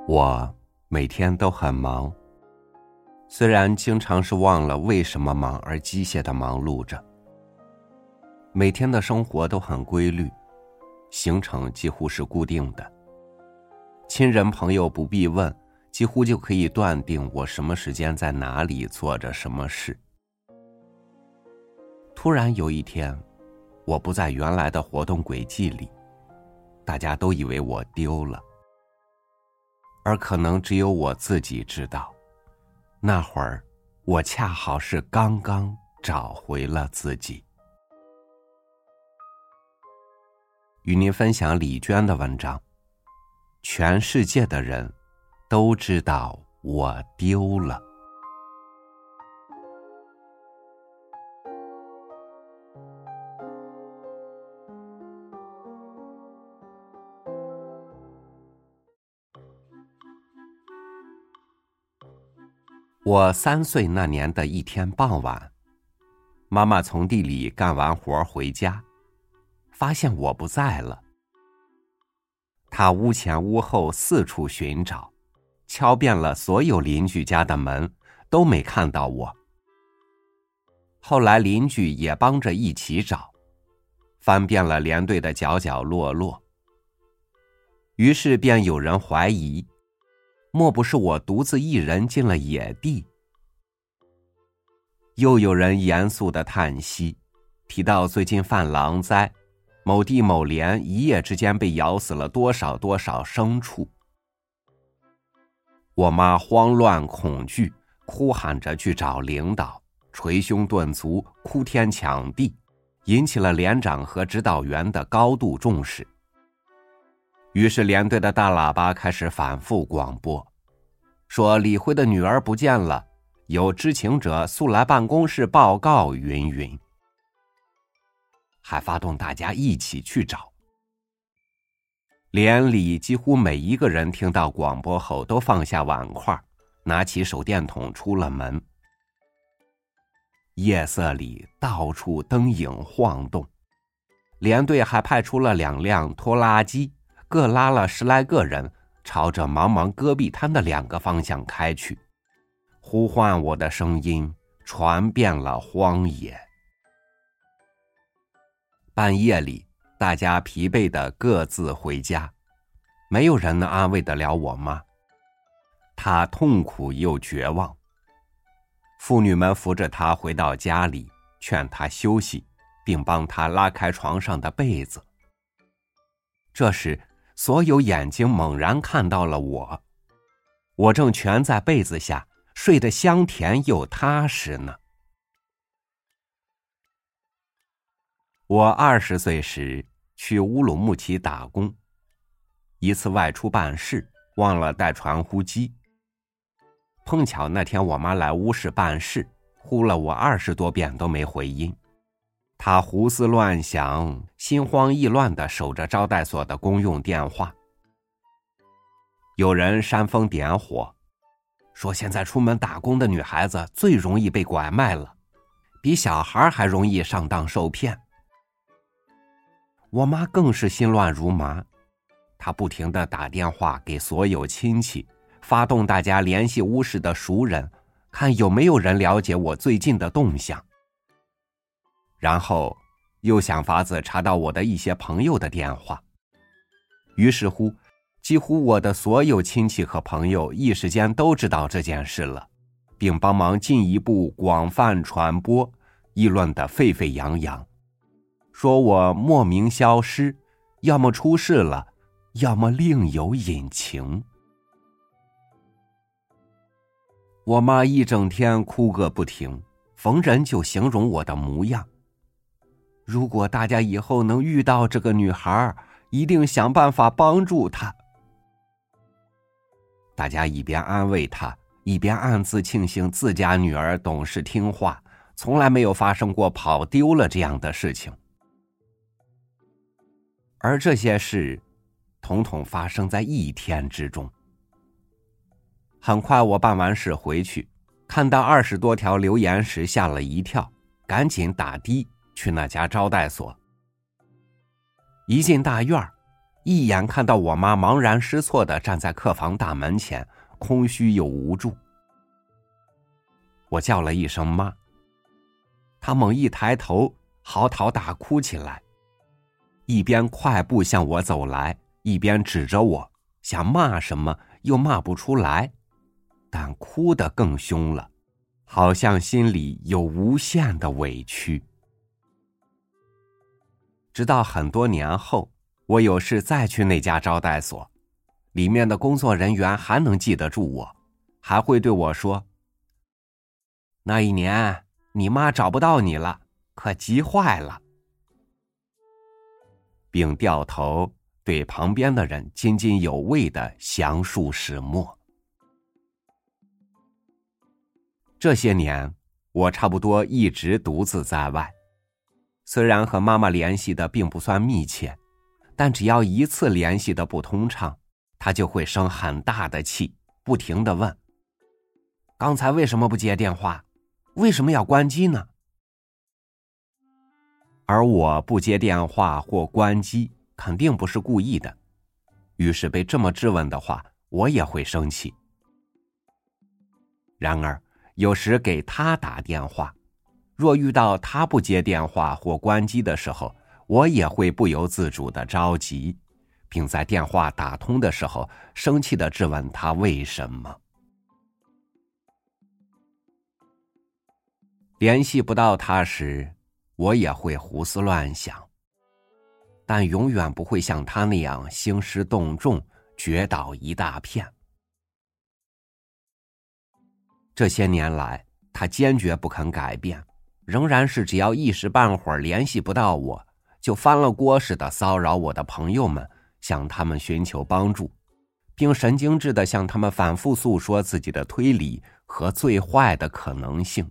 我每天都很忙，虽然经常是忘了为什么忙而机械地忙碌着。每天的生活都很规律，行程几乎是固定的。亲人朋友不必问，几乎就可以断定我什么时间在哪里做着什么事。突然有一天，我不在原来的活动轨迹里，大家都以为我丢了。而可能只有我自己知道，那会儿我恰好是刚刚找回了自己。与您分享李娟的文章，全世界的人都知道我丢了。我3岁那年的一天傍晚，妈妈从地里干完活回家，发现我不在了。她屋前屋后四处寻找，敲遍了所有邻居家的门，都没看到我。后来邻居也帮着一起找，翻遍了连队的角角落落。于是便有人怀疑，莫不是我独自一人进了野地？又有人严肃地叹息，提到最近犯狼灾，某地某连一夜之间被咬死了多少多少牲畜。我妈慌乱恐惧，哭喊着去找领导，捶胸顿足，哭天抢地，引起了连长和指导员的高度重视。于是连队的大喇叭开始反复广播，说李辉的女儿不见了，有知情者速来办公室报告云云，还发动大家一起去找。连里几乎每一个人听到广播后都放下碗筷，拿起手电筒出了门。夜色里到处灯影晃动，连队还派出了2辆拖拉机，各拉了10来个人，朝着茫茫戈壁滩的2个方向开去。呼唤我的声音传遍了荒野。半夜里，大家疲惫地各自回家，没有人能安慰得了我妈。她痛苦又绝望。妇女们扶着她回到家里，劝她休息，并帮她拉开床上的被子。这时，所有眼睛猛然看到了我，我正蜷在被子下，睡得香甜又踏实呢。我20岁时去乌鲁木齐打工，一次外出办事，忘了带传呼机。碰巧那天我妈来乌市办事，呼了我20多遍都没回音。她胡思乱想，心慌意乱地守着招待所的公用电话。有人煽风点火，说现在出门打工的女孩子最容易被拐卖了，比小孩还容易上当受骗。我妈更是心乱如麻，她不停地打电话给所有亲戚，发动大家联系乌市的熟人，看有没有人了解我最近的动向。然后又想法子查到我的一些朋友的电话。于是乎，几乎我的所有亲戚和朋友一时间都知道这件事了，并帮忙进一步广泛传播，议论得沸沸扬扬，说我莫名消失，要么出事了，要么另有隐情。我妈一整天哭个不停，逢人就形容我的模样。如果大家以后能遇到这个女孩，一定想办法帮助她。大家一边安慰她，一边暗自庆幸自家女儿懂事听话，从来没有发生过跑丢了这样的事情。而这些事统统发生在1天之中。很快我办完事回去，看到20多条留言时吓了一跳，赶紧打的去那家招待所。一进大院， 一眼看到我妈茫然失措地站在客房大门前，空虚又无助。我叫了一声妈，她猛一抬头，嚎啕大哭起来，一边快步向我走来，一边指着我，想骂什么又骂不出来，但哭得更凶了，好像心里有无限的委屈。直到很多年后，我有事再去那家招待所，里面的工作人员还能记得住我，还会对我说：那一年你妈找不到你了，可急坏了，并掉头对旁边的人津津有味地详述始末。这些年，我差不多一直独自在外，虽然和妈妈联系的并不算密切，但只要一次联系的不通畅，她就会生很大的气，不停地问：刚才为什么不接电话？为什么要关机呢？而我不接电话或关机，肯定不是故意的，于是被这么质问的话，我也会生气。然而有时给他打电话，若遇到他不接电话或关机的时候，我也会不由自主地着急，并在电话打通的时候生气地质问他为什么。联系不到他时，我也会胡思乱想，但永远不会像他那样兴师动众，掘倒一大片。这些年来，他坚决不肯改变，仍然是只要一时半会儿联系不到我，就翻了锅似的骚扰我的朋友们，向他们寻求帮助，并神经质地向他们反复诉说自己的推理和最坏的可能性。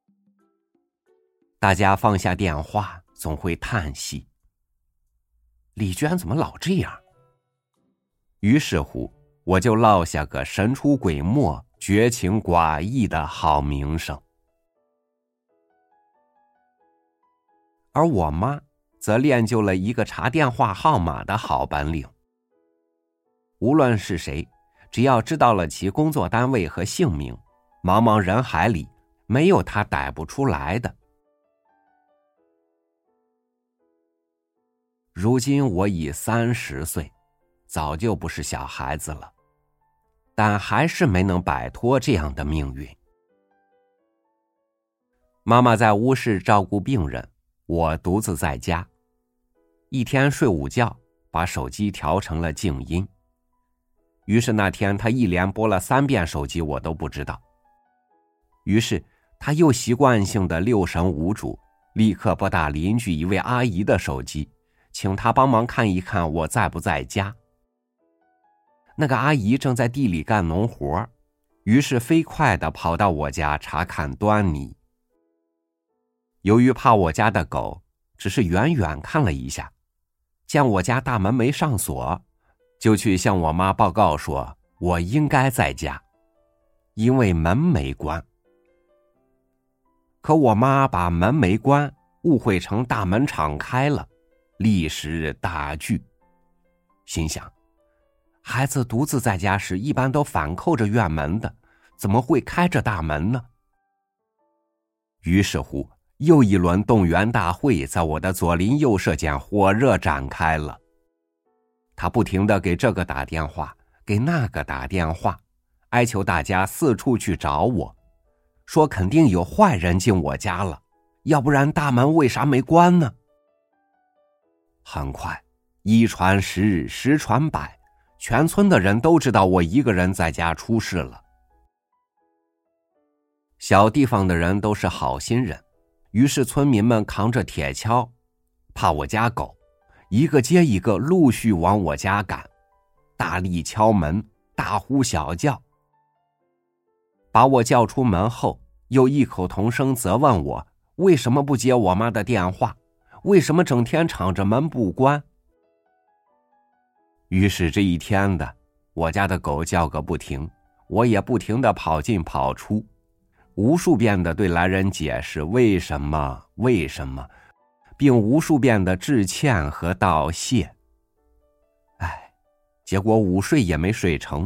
大家放下电话，总会叹息：丽娟怎么老这样？于是乎，我就落下个神出鬼没、绝情寡义的好名声。而我妈则练就了一个查电话号码的好本领。无论是谁，只要知道了其工作单位和姓名，茫茫人海里没有她逮不出来的。如今我已30岁，早就不是小孩子了，但还是没能摆脱这样的命运。妈妈在屋室照顾病人，我独自在家。一天睡午觉，把手机调成了静音。于是那天她一连拨了3遍手机，我都不知道。于是她又习惯性的六神无主，立刻拨打邻居一位阿姨的手机，请她帮忙看一看我在不在家。那个阿姨正在地里干农活，于是飞快地跑到我家查看端倪。由于怕我家的狗，只是远远看了一下，见我家大门没上锁，就去向我妈报告说我应该在家，因为门没关。可我妈把门没关误会成大门敞开了，立时大惧，心想孩子独自在家时一般都反扣着院门的，怎么会开着大门呢？于是乎，又一轮动员大会在我的左邻右舍间火热展开了。他不停地给这个打电话，给那个打电话，哀求大家四处去找我，说肯定有坏人进我家了，要不然大门为啥没关呢？很快，一传十，十传百，全村的人都知道我一个人在家出事了。小地方的人都是好心人，于是村民们扛着铁锹，怕我家狗，一个接一个陆续往我家赶，大力敲门，大呼小叫。把我叫出门后，又异口同声责问我为什么不接我妈的电话，为什么整天敞着门不关。于是这一天的，我家的狗叫个不停，我也不停地跑进跑出，无数遍地对来人解释为什么，并无数遍地致歉和道谢。 结果午睡也没睡成。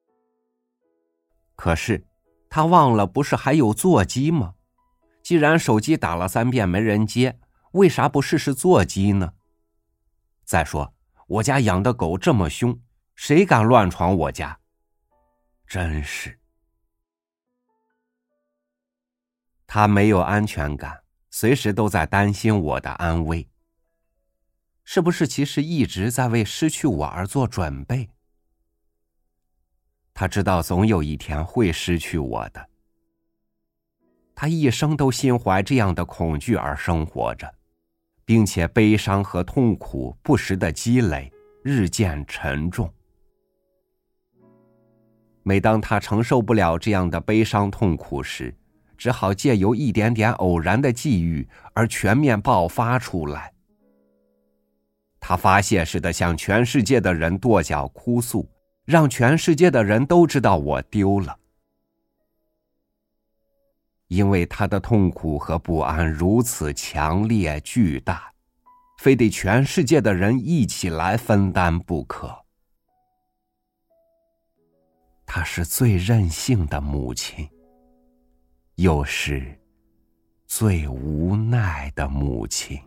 可是他忘了不是还有座机吗？既然手机打了3遍没人接，为啥不试试座机呢？再说我家养的狗这么凶，谁敢乱闯我家？真是。他没有安全感，随时都在担心我的安危。是不是其实一直在为失去我而做准备？他知道总有一天会失去我的。他一生都心怀这样的恐惧而生活着，并且悲伤和痛苦不时的积累，日渐沉重。每当他承受不了这样的悲伤痛苦时，只好借由一点点偶然的际遇而全面爆发出来。他发泄似的向全世界的人跺脚哭诉，让全世界的人都知道我丢了。因为他的痛苦和不安如此强烈巨大，非得全世界的人一起来分担不可。她是最任性的母亲，又是最无奈的母亲。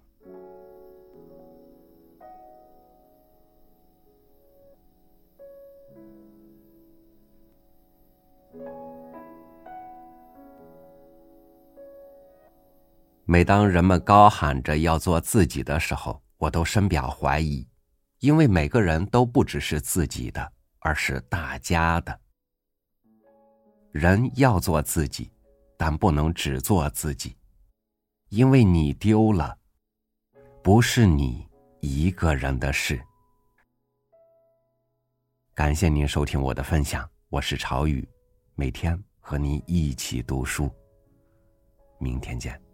每当人们高喊着要做自己的时候，我都深表怀疑，因为每个人都不只是自己的，而是大家的。人要做自己，但不能只做自己，因为你丢了，不是你一个人的事。感谢您收听我的分享，我是朝雨，每天和您一起读书，明天见。